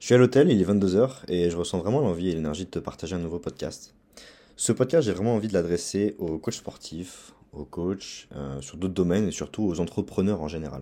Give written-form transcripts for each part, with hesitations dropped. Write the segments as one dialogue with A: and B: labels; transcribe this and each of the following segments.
A: Je suis à l'hôtel, il est 22 heures et je ressens vraiment l'envie et l'énergie de te partager un nouveau podcast. Ce podcast, j'ai vraiment envie de l'adresser aux coachs sportifs, aux coachs, sur d'autres domaines et surtout aux entrepreneurs en général.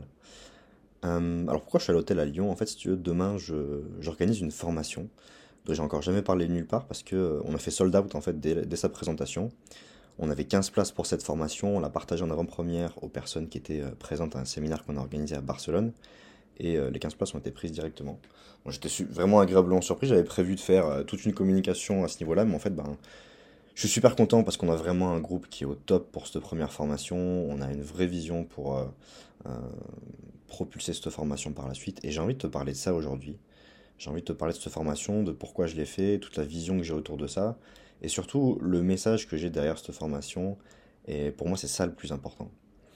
A: Alors pourquoi je suis à l'hôtel à Lyon? En fait, si tu veux, demain, j'organise une formation dont j'ai encore jamais parlé nulle part parce que on a fait sold out en fait dès sa présentation. On avait 15 places pour cette formation, on l'a partagée en avant-première aux personnes qui étaient présentes à un séminaire qu'on a organisé à Barcelone et les 15 places ont été prises directement. Bon, j'étais vraiment agréablement surpris, j'avais prévu de faire toute une communication à ce niveau-là, mais en fait, je suis super content parce qu'on a vraiment un groupe qui est au top pour cette première formation, on a une vraie vision pour euh, propulser cette formation par la suite, et j'ai envie de te parler de ça aujourd'hui. J'ai envie de te parler de cette formation, de pourquoi je l'ai fait, toute la vision que j'ai autour de ça, et surtout le message que j'ai derrière cette formation, et pour moi c'est ça le plus important.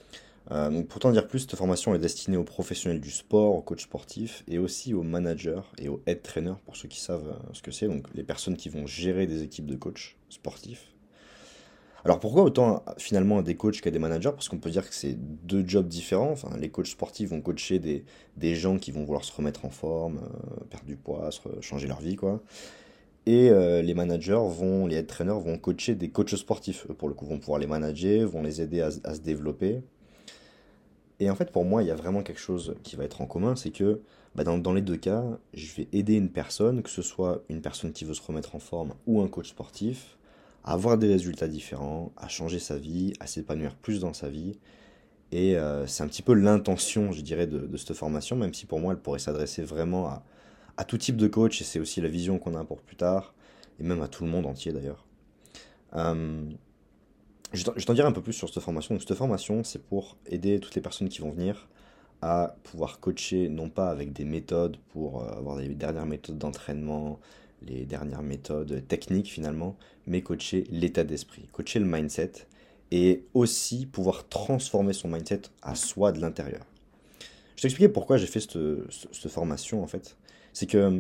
A: Donc pour t'en dire plus, cette formation est destinée aux professionnels du sport, aux coachs sportifs et aussi aux managers et aux head trainers pour ceux qui savent ce que c'est, donc les personnes qui vont gérer des équipes de coachs sportifs. Alors pourquoi autant finalement des coachs qu'à des managers? Parce qu'on peut dire que c'est deux jobs différents. Enfin, les coachs sportifs vont coacher des gens qui vont vouloir se remettre en forme, perdre du poids, changer leur vie, quoi. Et les head trainers vont coacher des coachs sportifs. Eux, pour le coup, vont pouvoir les manager, vont les aider à se développer. Et en fait, pour moi, il y a vraiment quelque chose qui va être en commun, c'est que dans les deux cas, je vais aider une personne, que ce soit une personne qui veut se remettre en forme ou un coach sportif, à avoir des résultats différents, à changer sa vie, à s'épanouir plus dans sa vie. Et c'est un petit peu l'intention, je dirais, de cette formation, même si pour moi, elle pourrait s'adresser vraiment à tout type de coach, et c'est aussi la vision qu'on a pour plus tard, et même à tout le monde entier d'ailleurs. Euh, je t'en dirai un peu plus sur cette formation. Donc, cette formation, c'est pour aider toutes les personnes qui vont venir à pouvoir coacher, non pas avec des méthodes pour avoir les dernières méthodes d'entraînement, les dernières méthodes techniques finalement, mais coacher l'état d'esprit, coacher le mindset et aussi pouvoir transformer son mindset à soi de l'intérieur. Je t'expliquer pourquoi j'ai fait cette formation en fait. C'est que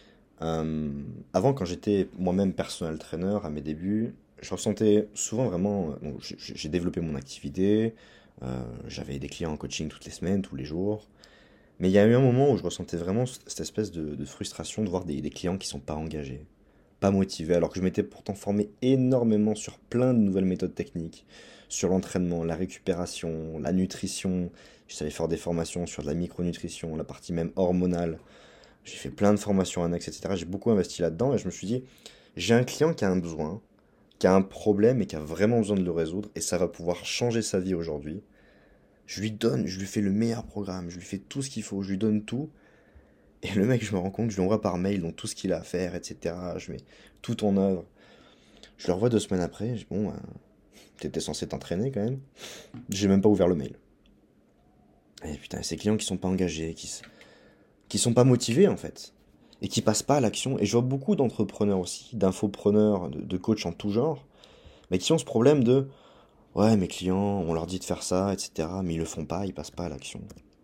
A: euh, avant, quand j'étais moi-même personal trainer à mes débuts, je ressentais souvent vraiment. Donc, j'ai développé mon activité, j'avais des clients en coaching toutes les semaines, tous les jours. Mais il y a eu un moment où je ressentais vraiment cette espèce de frustration de voir des clients qui sont pas engagés, pas motivés, alors que je m'étais pourtant formé énormément sur plein de nouvelles méthodes techniques, sur l'entraînement, la récupération, la nutrition. Je savais faire des formations sur de la micronutrition, la partie même hormonale. J'ai fait plein de formations annexes, etc. J'ai beaucoup investi là-dedans et je me suis dit, j'ai un client qui a un besoin, qui a un problème et qui a vraiment besoin de le résoudre et ça va pouvoir changer sa vie aujourd'hui. Je lui donne, je lui fais le meilleur programme, je lui fais tout ce qu'il faut, je lui donne tout. Et le mec, je me rends compte, je lui envoie par mail donc tout ce qu'il a à faire, etc. Je mets tout en œuvre. Je le revois 2 semaines après, je dis, bon, t'étais censé t'entraîner quand même. J'ai même pas ouvert le mail. Et putain, ces clients qui sont pas engagés, qui sont pas motivés en fait, et qui passent pas à l'action. Et je vois beaucoup d'entrepreneurs aussi, d'infopreneurs, de coachs en tout genre, mais qui ont ce problème de ouais, mes clients, on leur dit de faire ça, etc., mais ils le font pas, ils passent pas à l'action.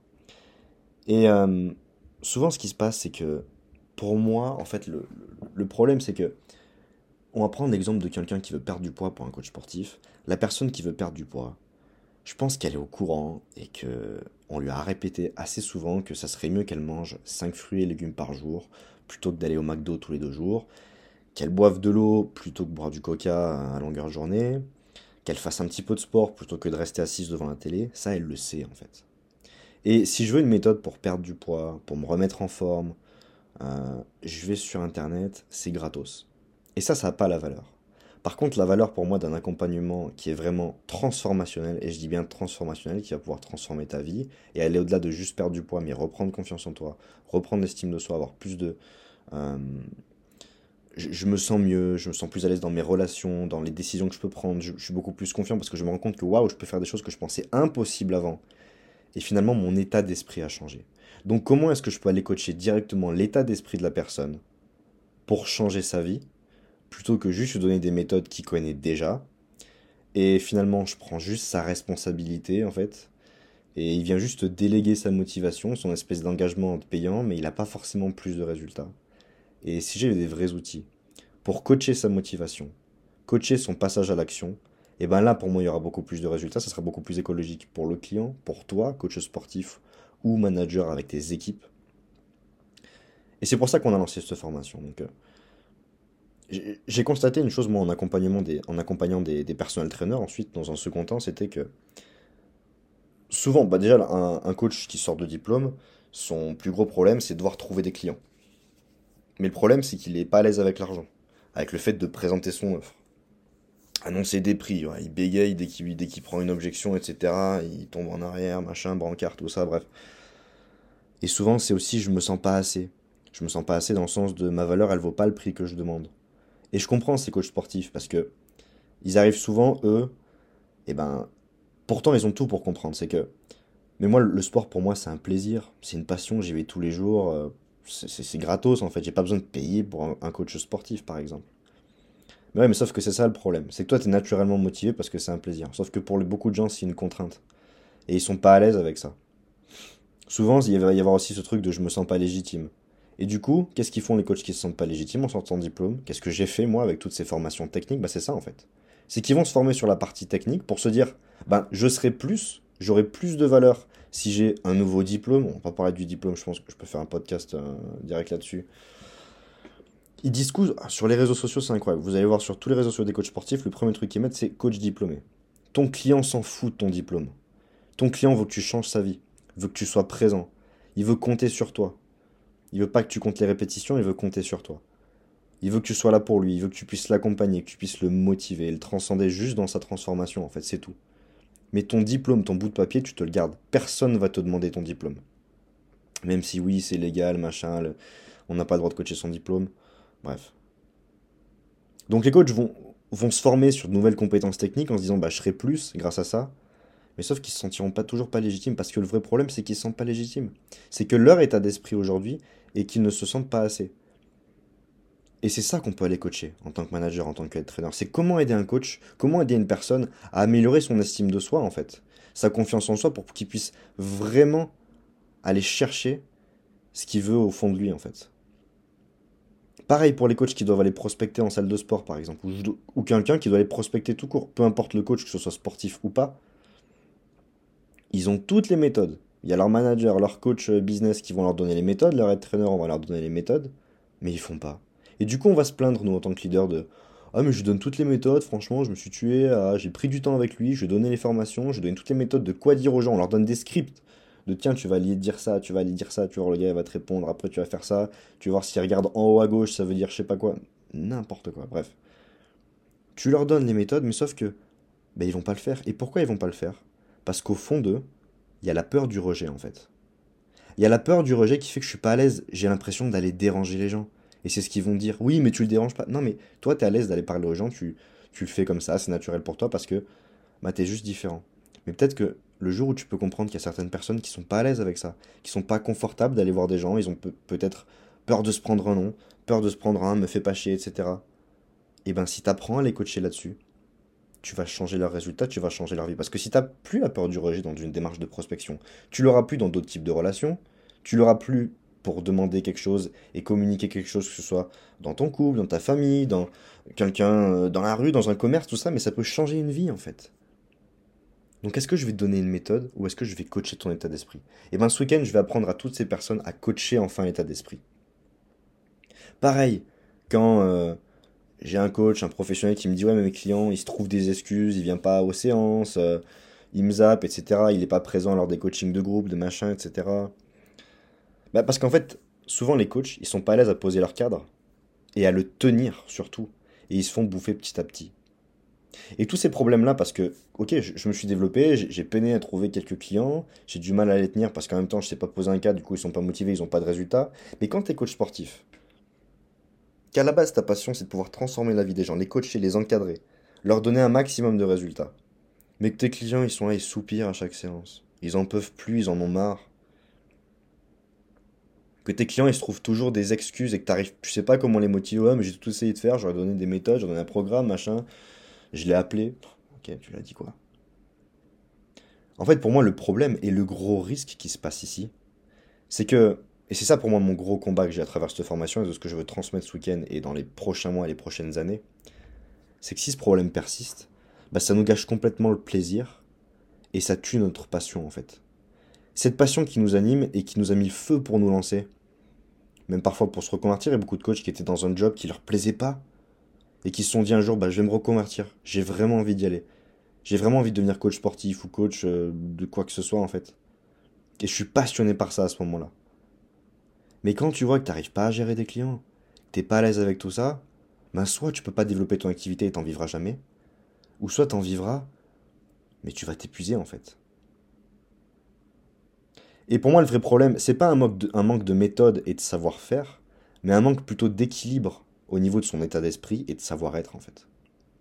A: Et souvent, ce qui se passe, c'est que pour moi, en fait, le problème, c'est que on va prendre l'exemple de quelqu'un qui veut perdre du poids pour un coach sportif. La personne qui veut perdre du poids, je pense qu'elle est au courant et que on lui a répété assez souvent que ça serait mieux qu'elle mange 5 fruits et légumes par jour plutôt que d'aller au McDo tous les 2 jours, qu'elle boive de l'eau plutôt que boire du coca à longueur de journée, qu'elle fasse un petit peu de sport plutôt que de rester assise devant la télé. Ça, elle le sait en fait. Et si je veux une méthode pour perdre du poids, pour me remettre en forme, je vais sur internet, c'est gratos. Et ça n'a pas la valeur. Par contre, la valeur pour moi d'un accompagnement qui est vraiment transformationnel, et je dis bien transformationnel, qui va pouvoir transformer ta vie et aller au-delà de juste perdre du poids, mais reprendre confiance en toi, reprendre l'estime de soi, avoir plus de. euh, je me sens mieux, je me sens plus à l'aise dans mes relations, dans les décisions que je peux prendre, je suis beaucoup plus confiant parce que je me rends compte que waouh, je peux faire des choses que je pensais impossibles avant. Et finalement, mon état d'esprit a changé. Donc, comment est-ce que je peux aller coacher directement l'état d'esprit de la personne pour changer sa vie, plutôt que juste lui donner des méthodes qu'il connaît déjà. Et finalement, je prends juste sa responsabilité, en fait. Et il vient juste déléguer sa motivation, son espèce d'engagement payant, mais il n'a pas forcément plus de résultats. Et si j'ai des vrais outils pour coacher sa motivation, coacher son passage à l'action, et ben là, pour moi, il y aura beaucoup plus de résultats. Ça sera beaucoup plus écologique pour le client, pour toi, coach sportif ou manager avec tes équipes. Et c'est pour ça qu'on a lancé cette formation. Donc, j'ai constaté une chose, moi, en accompagnant des personnel trainers, ensuite, dans un second temps, c'était que souvent, bah déjà, un coach qui sort de diplôme, son plus gros problème, c'est de devoir trouver des clients. Mais le problème, c'est qu'il est pas à l'aise avec l'argent, avec le fait de présenter son offre. Annoncer des prix, ouais, il bégaye dès qu'il prend une objection, etc. Il tombe en arrière, machin, brancard, tout ça, bref. Et souvent, c'est aussi je me sens pas assez. Je me sens pas assez dans le sens de ma valeur, elle vaut pas le prix que je demande. Et je comprends ces coachs sportifs parce que ils arrivent souvent, eux, et ben, pourtant ils ont tout pour comprendre. C'est que, mais moi, le sport pour moi, c'est un plaisir, c'est une passion, j'y vais tous les jours. C'est gratos en fait, j'ai pas besoin de payer pour un coach sportif par exemple. Mais ouais, mais sauf que c'est ça le problème. C'est que toi, t'es naturellement motivé parce que c'est un plaisir. Sauf que pour beaucoup de gens, c'est une contrainte. Et ils sont pas à l'aise avec ça. Souvent, il va y avoir aussi ce truc de je me sens pas légitime. Et du coup, qu'est-ce qu'ils font les coachs qui se sentent pas légitimes en sortant de diplôme? Qu'est-ce que j'ai fait moi avec toutes ces formations techniques? Bah c'est ça en fait. C'est qu'ils vont se former sur la partie technique pour se dire, ben je serai plus, j'aurai plus de valeur si j'ai un nouveau diplôme. On va pas parler du diplôme, je pense que je peux faire un podcast direct là-dessus. Ils discutent sur les réseaux sociaux, c'est incroyable. Vous allez voir sur tous les réseaux sociaux des coachs sportifs, le premier truc qu'ils mettent, c'est coach diplômé. Ton client s'en fout de ton diplôme. Ton client veut que tu changes sa vie, veut que tu sois présent. Il veut compter sur toi. Il veut pas que tu comptes les répétitions, il veut compter sur toi. Il veut que tu sois là pour lui, il veut que tu puisses l'accompagner, que tu puisses le motiver, le transcender juste dans sa transformation, en fait, c'est tout. Mais ton diplôme, ton bout de papier, tu te le gardes. Personne ne va te demander ton diplôme. Même si oui, c'est légal, machin, on n'a pas le droit de coacher son diplôme. Bref. Donc les coachs vont se former sur de nouvelles compétences techniques en se disant bah je serai plus grâce à ça. Mais sauf qu'ils se sentiront pas toujours pas légitimes parce que le vrai problème c'est qu'ils se sentent pas légitimes. C'est que leur état d'esprit aujourd'hui est qu'ils ne se sentent pas assez. Et c'est ça qu'on peut aller coacher en tant que manager, en tant que head trainer. C'est comment aider un coach, comment aider une personne à améliorer son estime de soi en fait. Sa confiance en soi pour qu'il puisse vraiment aller chercher ce qu'il veut au fond de lui en fait. Pareil pour les coachs qui doivent aller prospecter en salle de sport, par exemple, ou quelqu'un qui doit aller prospecter tout court, peu importe le coach, que ce soit sportif ou pas, ils ont toutes les méthodes. Il y a leur manager, leur coach business qui vont leur donner les méthodes, leur head trainer, on va leur donner les méthodes, mais ils font pas. Et du coup, on va se plaindre, nous, en tant que leader, de ah, mais je lui donne toutes les méthodes, franchement, je me suis tué, j'ai pris du temps avec lui, je lui ai donné les formations, je lui ai donné toutes les méthodes de quoi dire aux gens, on leur donne des scripts. De tiens, tu vas aller dire ça, tu vas aller dire ça, tu vas voir le gars il va te répondre, après tu vas faire ça, tu vas voir s'il regarde en haut à gauche, ça veut dire je sais pas quoi. N'importe quoi, bref. Tu leur donnes les méthodes, mais sauf que ben, ils vont pas le faire. Et pourquoi ils vont pas le faire? Parce qu'au fond d'eux, il y a la peur du rejet en fait. Il y a la peur du rejet qui fait que je suis pas à l'aise. J'ai l'impression d'aller déranger les gens. Et c'est ce qu'ils vont dire. Oui, mais tu le déranges pas. Non, mais toi, tu es à l'aise d'aller parler aux gens. Tu le fais comme ça. C'est naturel pour toi parce que bah, tu es juste différent. Mais peut-être que le jour où tu peux comprendre qu'il y a certaines personnes qui sont pas à l'aise avec ça, qui sont pas confortables d'aller voir des gens, ils ont peut-être peur de se prendre un nom, peur de se prendre un, me fait pas chier, etc. Et ben si tu apprends à les coacher là-dessus, tu vas changer leurs résultats, tu vas changer leur vie. Parce que si tu n'as plus la peur du rejet dans une démarche de prospection, tu l'auras plus dans d'autres types de relations, tu l'auras plus pour demander quelque chose et communiquer quelque chose, que ce soit dans ton couple, dans ta famille, dans quelqu'un dans la rue, dans un commerce, tout ça, mais ça peut changer une vie en fait. Donc est-ce que je vais te donner une méthode ou est-ce que je vais coacher ton état d'esprit? Et bien ce week-end, je vais apprendre à toutes ces personnes à coacher enfin l'état d'esprit. Pareil, quand j'ai un coach, un professionnel qui me dit ouais mais mes clients ils se trouvent des excuses, il vient pas aux séances, il me zappe, etc. Il est pas présent lors des coachings de groupe, de machin, etc. Bah, parce qu'en fait, souvent les coachs, ils sont pas à l'aise à poser leur cadre et à le tenir surtout. Et ils se font bouffer petit à petit. Et tous ces problèmes-là, parce que, ok, je me suis développé, j'ai peiné à trouver quelques clients, j'ai du mal à les tenir parce qu'en même temps, je sais pas poser un cadre, du coup, ils sont pas motivés, ils ont pas de résultats. Mais quand tu es coach sportif, qu'à la base, ta passion, c'est de pouvoir transformer la vie des gens, les coacher, les encadrer, leur donner un maximum de résultats. Mais que tes clients, ils sont là, ils soupirent à chaque séance. Ils en peuvent plus, ils en ont marre. Que tes clients, ils se trouvent toujours des excuses et que t'arrives, tu sais pas comment les motiver. Ouais, mais j'ai tout essayé de faire, j'aurais donné des méthodes, j'aurais donné un programme, machin. Je l'ai appelé. Ok, tu l'as dit quoi? En fait, pour moi, le problème et le gros risque qui se passe ici, c'est que, et c'est ça pour moi mon gros combat que j'ai à travers cette formation et de ce que je veux transmettre ce week-end et dans les prochains mois et les prochaines années, c'est que si ce problème persiste, bah ça nous gâche complètement le plaisir et ça tue notre passion en fait. Cette passion qui nous anime et qui nous a mis le feu pour nous lancer, même parfois pour se reconvertir. Il y a beaucoup de coachs qui étaient dans un job qui leur plaisait pas et qui se sont dit un jour, bah, je vais me reconvertir. J'ai vraiment envie d'y aller. J'ai vraiment envie de devenir coach sportif ou coach de quoi que ce soit en fait. Et je suis passionné par ça à ce moment-là. Mais quand tu vois que tu n'arrives pas à gérer des clients, que t'es pas à l'aise avec tout ça, ben soit tu peux pas développer ton activité et t'en vivras jamais, ou soit t'en vivras, mais tu vas t'épuiser en fait. Et pour moi, le vrai problème, c'est pas un manque de méthode et de savoir-faire, mais un manque plutôt d'équilibre au niveau de son état d'esprit et de savoir-être en fait.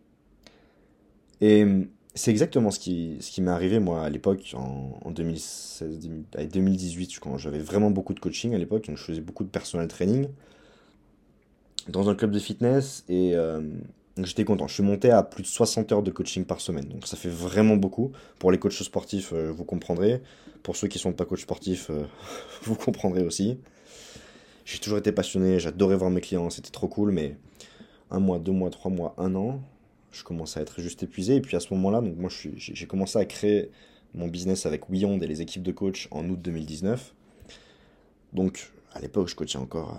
A: Et c'est exactement ce qui m'est arrivé moi à l'époque, en 2016, 2018, quand j'avais vraiment beaucoup de coaching à l'époque, donc je faisais beaucoup de personal training dans un club de fitness et donc j'étais content. Je suis monté à plus de 60 heures de coaching par semaine, donc ça fait vraiment beaucoup. Pour les coachs sportifs, vous comprendrez. Pour ceux qui sont pas coachs sportifs, vous comprendrez aussi. J'ai toujours été passionné, j'adorais voir mes clients, c'était trop cool, mais un mois, 2 mois, 3 mois, un an, je commençais à être juste épuisé. Et puis à ce moment-là, donc moi j'ai commencé à créer mon business avec Wiyond et les équipes de coach en août 2019. Donc à l'époque, je coachais encore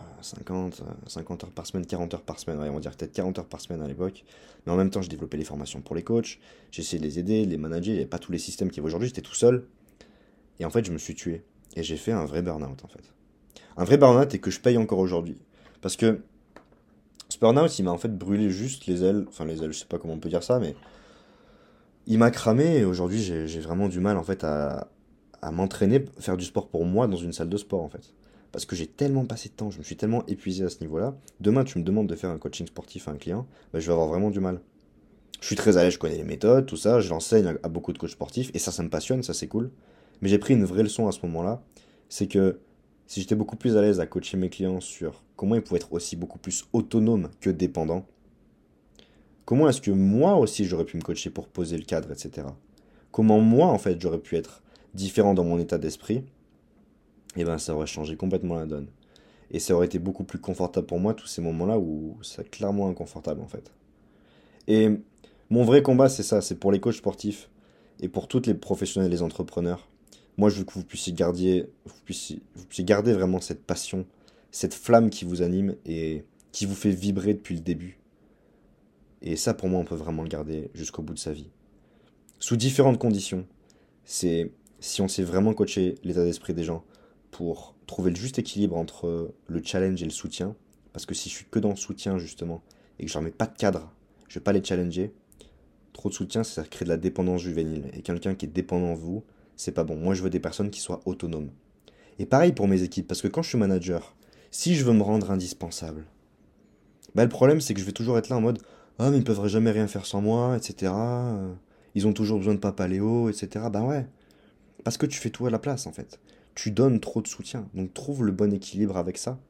A: 50 heures par semaine, 40 heures par semaine, ouais, on va dire peut-être 40 heures par semaine à l'époque. Mais en même temps, je développais les formations pour les coachs, j'essayais de les aider, de les manager, il n'y avait pas tous les systèmes qu'il y a aujourd'hui, j'étais tout seul. Et en fait, je me suis tué. Et j'ai fait un vrai burn-out en fait. Un vrai burn-out et que je paye encore aujourd'hui. Parce que ce burn-out, il m'a en fait brûlé juste les ailes. Enfin, les ailes, je sais pas comment on peut dire ça, mais il m'a cramé et aujourd'hui, j'ai vraiment du mal en fait à m'entraîner, faire du sport pour moi dans une salle de sport en fait. Parce que j'ai tellement passé de temps, je me suis tellement épuisé à ce niveau-là. Demain, tu me demandes de faire un coaching sportif à un client, bah, je vais avoir vraiment du mal. Je suis très à l'aise, je connais les méthodes, tout ça, je l'enseigne à beaucoup de coachs sportifs et ça me passionne, ça c'est cool. Mais j'ai pris une vraie leçon à ce moment-là, c'est que si j'étais beaucoup plus à l'aise à coacher mes clients sur comment ils pouvaient être aussi beaucoup plus autonomes que dépendants, comment est-ce que moi aussi j'aurais pu me coacher pour poser le cadre, etc. Comment moi en fait j'aurais pu être différent dans mon état d'esprit, et ben ça aurait changé complètement la donne. Et ça aurait été beaucoup plus confortable pour moi tous ces moments-là où c'est clairement inconfortable en fait. Et mon vrai combat c'est ça, c'est pour les coachs sportifs et pour toutes les professionnels et les entrepreneurs. Moi je veux que vous puissiez garder vraiment cette passion, cette flamme qui vous anime et qui vous fait vibrer depuis le début. Et ça pour moi on peut vraiment le garder jusqu'au bout de sa vie. Sous différentes conditions. C'est si on sait vraiment coacher l'état d'esprit des gens pour trouver le juste équilibre entre le challenge et le soutien. Parce que si je suis que dans le soutien justement et que je leur mets pas de cadre, je vais pas les challenger. Trop de soutien, ça crée de la dépendance juvénile. Et quelqu'un qui est dépendant de vous, c'est pas bon. Moi, je veux des personnes qui soient autonomes. Et pareil pour mes équipes, parce que quand je suis manager, si je veux me rendre indispensable, bah, le problème, c'est que je vais toujours être là en mode ah, mais ils peuvent jamais rien faire sans moi, etc. Ils ont toujours besoin de Papa Léo, etc. Bah ouais, parce que tu fais tout à la place, en fait. Tu donnes trop de soutien. Donc trouve le bon équilibre avec ça.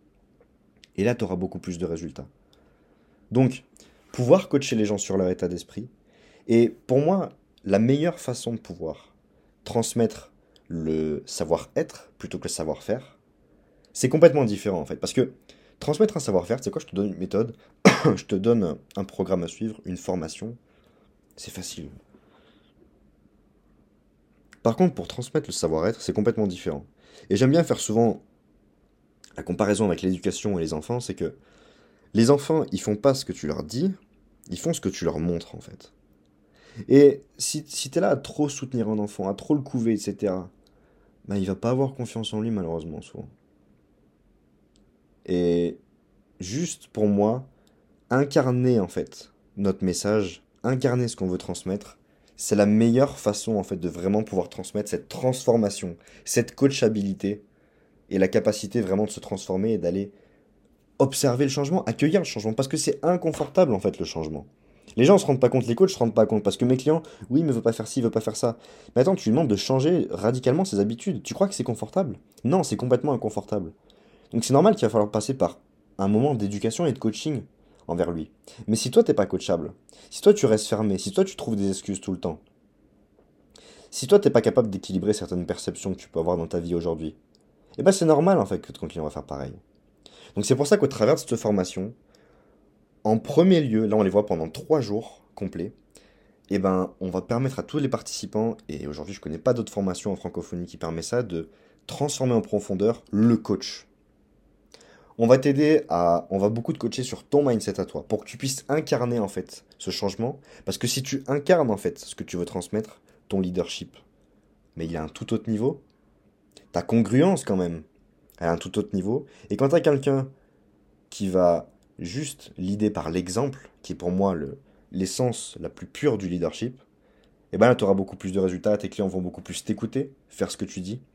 A: Et là, tu auras beaucoup plus de résultats. Donc, pouvoir coacher les gens sur leur état d'esprit. Et pour moi, la meilleure façon de pouvoir transmettre le savoir-être plutôt que le savoir-faire, c'est complètement différent en fait. Parce que transmettre un savoir-faire, c'est quoi? Je te donne une méthode, je te donne un programme à suivre, une formation, c'est facile. Par contre, pour transmettre le savoir-être, c'est complètement différent. Et j'aime bien faire souvent la comparaison avec l'éducation et les enfants, c'est que les enfants, ils font pas ce que tu leur dis, ils font ce que tu leur montres en fait. Et si t'es là à trop soutenir un enfant, à trop le couver, etc., bah, il va pas avoir confiance en lui malheureusement souvent. Et juste pour moi, incarner en fait notre message, incarner ce qu'on veut transmettre, c'est la meilleure façon en fait de vraiment pouvoir transmettre cette transformation, cette coachabilité et la capacité vraiment de se transformer et d'aller observer le changement, accueillir le changement, parce que c'est inconfortable en fait le changement. Les gens ne se rendent pas compte, les coachs ne se rendent pas compte, parce que mes clients, oui, mais veut pas faire ci, veut pas faire ça. Mais attends, tu lui demandes de changer radicalement ses habitudes. Tu crois que c'est confortable? Non, c'est complètement inconfortable. Donc c'est normal qu'il va falloir passer par un moment d'éducation et de coaching envers lui. Mais si toi t'es pas coachable, si toi tu restes fermé, si toi tu trouves des excuses tout le temps, si toi t'es pas capable d'équilibrer certaines perceptions que tu peux avoir dans ta vie aujourd'hui, eh ben c'est normal en fait que ton client va faire pareil. Donc c'est pour ça qu'au travers de cette formation, en premier lieu, là on les voit pendant 3 jours complets, eh ben on va permettre à tous les participants, et aujourd'hui je connais pas d'autres formations en francophonie qui permet ça, de transformer en profondeur le coach. On va beaucoup te coacher sur ton mindset à toi, pour que tu puisses incarner en fait ce changement. Parce que si tu incarnes en fait ce que tu veux transmettre, ton leadership, mais il a un tout autre niveau. Ta congruence quand même, elle a un tout autre niveau. Et quand t'as quelqu'un qui va juste l'idée par l'exemple, qui est pour moi l'essence la plus pure du leadership, et ben là, tu auras beaucoup plus de résultats, tes clients vont beaucoup plus t'écouter, faire ce que tu dis,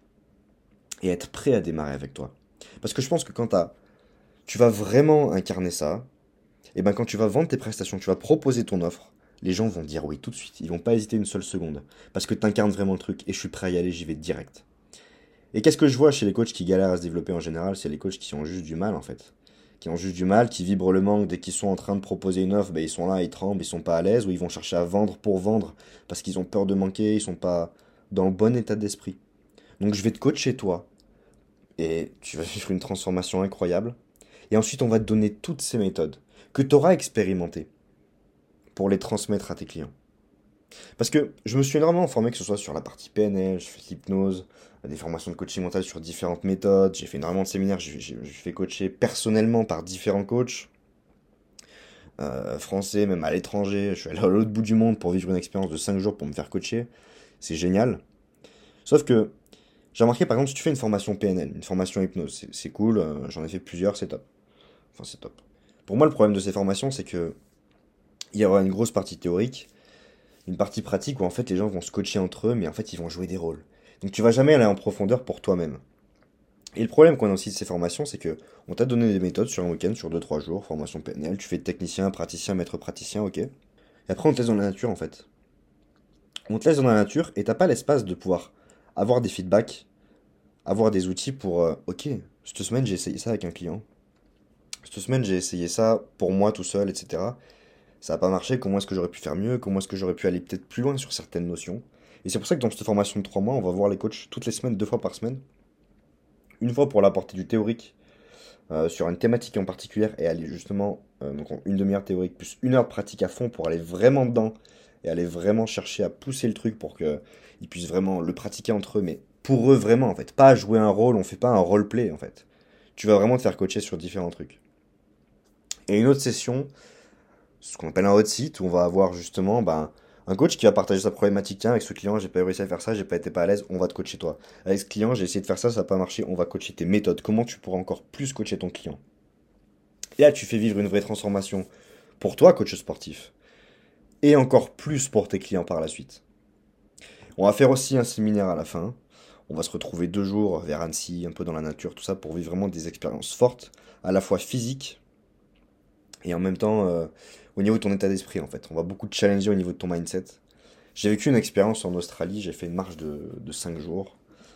A: et être prêt à démarrer avec toi. Parce que je pense que tu vas vraiment incarner ça, et ben quand tu vas vendre tes prestations, tu vas proposer ton offre, les gens vont dire oui tout de suite, ils vont pas hésiter une seule seconde, parce que tu incarnes vraiment le truc, et je suis prêt à y aller, j'y vais direct. Et qu'est-ce que je vois chez les coachs qui galèrent à se développer en général? C'est les coachs qui ont juste du mal en fait. Qui ont juste du mal, qui vibrent le manque dès qu'ils sont en train de proposer une offre, ben ils sont là, ils tremblent, ils sont pas à l'aise, ou ils vont chercher à vendre pour vendre parce qu'ils ont peur de manquer, ils sont pas dans le bon état d'esprit. Donc je vais te coacher toi, et tu vas vivre une transformation incroyable. Et ensuite on va te donner toutes ces méthodes que tu auras expérimentées pour les transmettre à tes clients. Parce que je me suis énormément formé, que ce soit sur la partie PNL, je fais de l'hypnose, des formations de coaching mental sur différentes méthodes, j'ai fait énormément de séminaires, j'ai fait coacher personnellement par différents coachs, français, même à l'étranger, je suis allé à l'autre bout du monde pour vivre une expérience de 5 jours pour me faire coacher, c'est génial. Sauf que j'ai remarqué par exemple si tu fais une formation PNL, une formation hypnose, c'est cool, j'en ai fait plusieurs, c'est top. Enfin c'est top. Pour moi le problème de ces formations c'est que il y aura une grosse partie théorique, une partie pratique où en fait les gens vont se coacher entre eux, mais en fait ils vont jouer des rôles. Donc tu vas jamais aller en profondeur pour toi-même. Et le problème qu'on a aussi de ces formations, c'est que on t'a donné des méthodes sur un week-end, sur 2 3 jours, formation PNL, tu fais technicien, praticien, maître praticien, ok. Et après on te laisse dans la nature en fait. On te laisse dans la nature et t'as pas l'espace de pouvoir avoir des feedbacks, avoir des outils pour, ok, cette semaine j'ai essayé ça avec un client, cette semaine j'ai essayé ça pour moi tout seul, etc. Ça n'a pas marché, comment est-ce que j'aurais pu faire mieux, comment est-ce que j'aurais pu aller peut-être plus loin sur certaines notions. Et c'est pour ça que dans cette formation de 3 mois, on va voir les coachs toutes les semaines, 2 fois par semaine. Une fois pour l'apporter du théorique sur une thématique en particulier et aller justement, donc en une demi-heure théorique plus 1 heure pratique à fond pour aller vraiment dedans et aller vraiment chercher à pousser le truc pour qu'ils puissent vraiment le pratiquer entre eux, mais pour eux vraiment en fait. Pas jouer un rôle, on fait pas un roleplay en fait. Tu vas vraiment te faire coacher sur différents trucs. Et une autre session, ce qu'on appelle un hot seat, où on va avoir justement un coach qui va partager sa problématique. Tiens, avec ce client, j'ai pas réussi à faire ça, j'ai pas été pas à l'aise, on va te coacher toi. Avec ce client, j'ai essayé de faire ça, ça n'a pas marché, on va coacher tes méthodes. Comment tu pourras encore plus coacher ton client? Et là, tu fais vivre une vraie transformation pour toi, coach sportif, et encore plus pour tes clients par la suite. On va faire aussi un séminaire à la fin. On va se retrouver 2 jours vers Annecy, un peu dans la nature, tout ça, pour vivre vraiment des expériences fortes, à la fois physiques et en même temps au niveau de ton état d'esprit en fait. On va beaucoup te challenger au niveau de ton mindset. J'ai vécu une expérience en Australie, j'ai fait une marche de 5 jours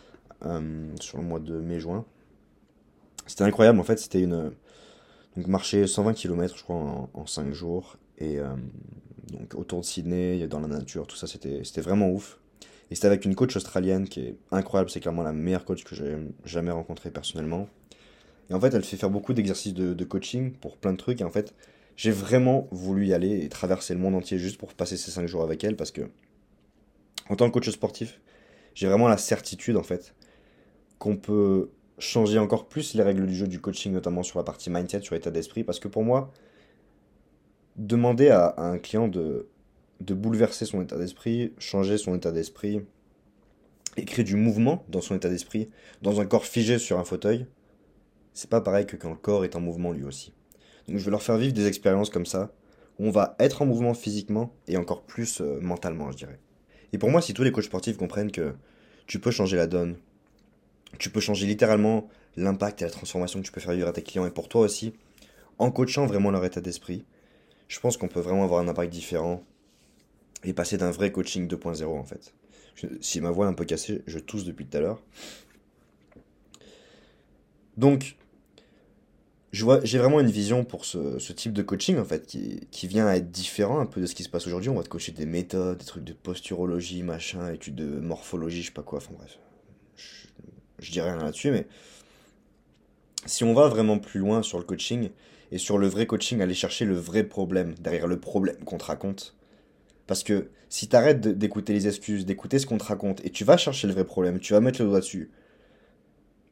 A: sur le mois de mai-juin. C'était incroyable en fait, c'était donc marcher 120 km je crois en 5 jours et donc autour de Sydney, dans la nature, tout ça c'était vraiment ouf. Et c'était avec une coach australienne qui est incroyable, c'est clairement la meilleure coach que j'ai jamais rencontrée personnellement. Et en fait, elle fait faire beaucoup d'exercices de coaching pour plein de trucs. Et en fait, j'ai vraiment voulu y aller et traverser le monde entier juste pour passer ces 5 jours avec elle parce que, en tant que coach sportif, j'ai vraiment la certitude en fait qu'on peut changer encore plus les règles du jeu du coaching, notamment sur la partie mindset, sur l'état d'esprit. Parce que pour moi, demander à un client de bouleverser son état d'esprit, changer son état d'esprit et créer du mouvement dans son état d'esprit, dans un corps figé sur un fauteuil, c'est pas pareil que quand le corps est en mouvement lui aussi. Donc je vais leur faire vivre des expériences comme ça, où on va être en mouvement physiquement et encore plus mentalement, je dirais. Et pour moi, si tous les coachs sportifs comprennent que tu peux changer la donne, tu peux changer littéralement l'impact et la transformation que tu peux faire vivre à tes clients et pour toi aussi, en coachant vraiment leur état d'esprit, je pense qu'on peut vraiment avoir un impact différent et passer d'un vrai coaching 2.0 en fait. Si ma voix est un peu cassée, je tousse depuis tout à l'heure. Donc, j'ai vraiment une vision pour ce type de coaching en fait qui vient à être différent un peu de ce qui se passe aujourd'hui. On va te coacher des méthodes, des trucs de posturologie, machin, études de morphologie, je sais pas quoi, enfin bref. Je dis rien là-dessus, mais si on va vraiment plus loin sur le coaching et sur le vrai coaching, aller chercher le vrai problème derrière le problème qu'on te raconte. Parce que si t'arrêtes d'écouter les excuses, d'écouter ce qu'on te raconte et tu vas chercher le vrai problème, tu vas mettre le doigt dessus,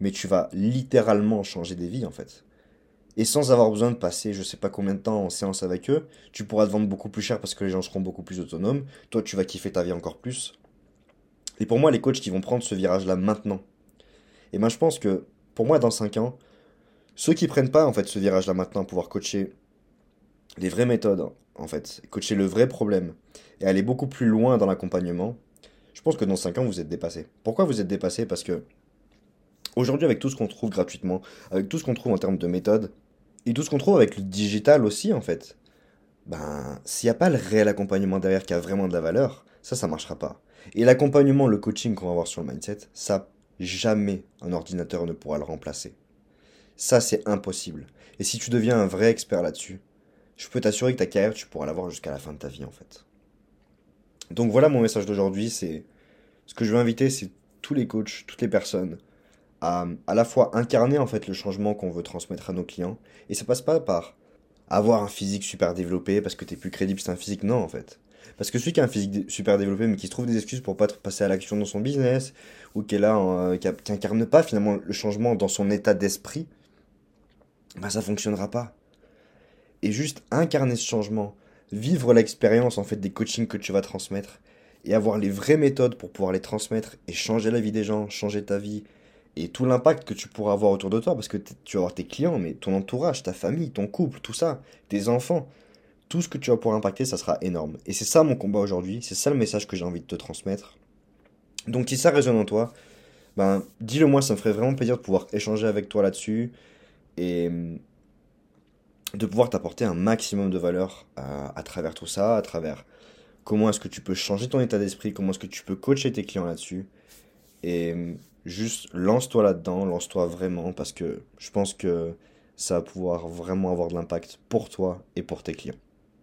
A: mais tu vas littéralement changer des vies en fait. Et sans avoir besoin de passer je sais pas combien de temps en séance avec eux, tu pourras te vendre beaucoup plus cher parce que les gens seront beaucoup plus autonomes. Toi, tu vas kiffer ta vie encore plus. Et pour moi, les coachs qui vont prendre ce virage-là maintenant, et ben je pense que pour moi, dans 5 ans, ceux qui prennent pas en fait ce virage-là maintenant, pouvoir coacher les vraies méthodes, en fait, coacher le vrai problème et aller beaucoup plus loin dans l'accompagnement, je pense que dans 5 ans, vous êtes dépassé. Pourquoi vous êtes dépassé? Parce que aujourd'hui, avec tout ce qu'on trouve gratuitement, avec tout ce qu'on trouve en termes de méthodes, et tout ce qu'on trouve avec le digital aussi, en fait, ben, s'il n'y a pas le réel accompagnement derrière qui a vraiment de la valeur, ça marchera pas. Et l'accompagnement, le coaching qu'on va avoir sur le mindset, ça, jamais un ordinateur ne pourra le remplacer. Ça, c'est impossible. Et si tu deviens un vrai expert là-dessus, je peux t'assurer que ta carrière, tu pourras l'avoir jusqu'à la fin de ta vie, en fait. Donc voilà mon message d'aujourd'hui, c'est ce que je veux inviter, c'est tous les coachs, toutes les personnes à la fois incarner en fait le changement qu'on veut transmettre à nos clients. Et ça passe pas par avoir un physique super développé parce que t'es plus crédible, c'est un physique, non en fait. Parce que celui qui a un physique super développé mais qui se trouve des excuses pour pas passer à l'action dans son business, ou qui est là, qui incarne pas finalement le changement dans son état d'esprit, bah ça fonctionnera pas. Et juste incarner ce changement, vivre l'expérience en fait des coachings que tu vas transmettre, et avoir les vraies méthodes pour pouvoir les transmettre et changer la vie des gens, changer ta vie, et tout l'impact que tu pourras avoir autour de toi, parce que tu vas avoir tes clients, mais ton entourage, ta famille, ton couple, tout ça, tes enfants, tout ce que tu vas pouvoir impacter, ça sera énorme. Et c'est ça mon combat aujourd'hui, c'est ça le message que j'ai envie de te transmettre. Donc si ça résonne en toi, ben dis-le moi, ça me ferait vraiment plaisir de pouvoir échanger avec toi là-dessus, et de pouvoir t'apporter un maximum de valeur à travers tout ça, à travers comment est-ce que tu peux changer ton état d'esprit, comment est-ce que tu peux coacher tes clients là-dessus. Et juste lance-toi là-dedans, lance-toi vraiment, parce que je pense que ça va pouvoir vraiment avoir de l'impact pour toi et pour tes clients.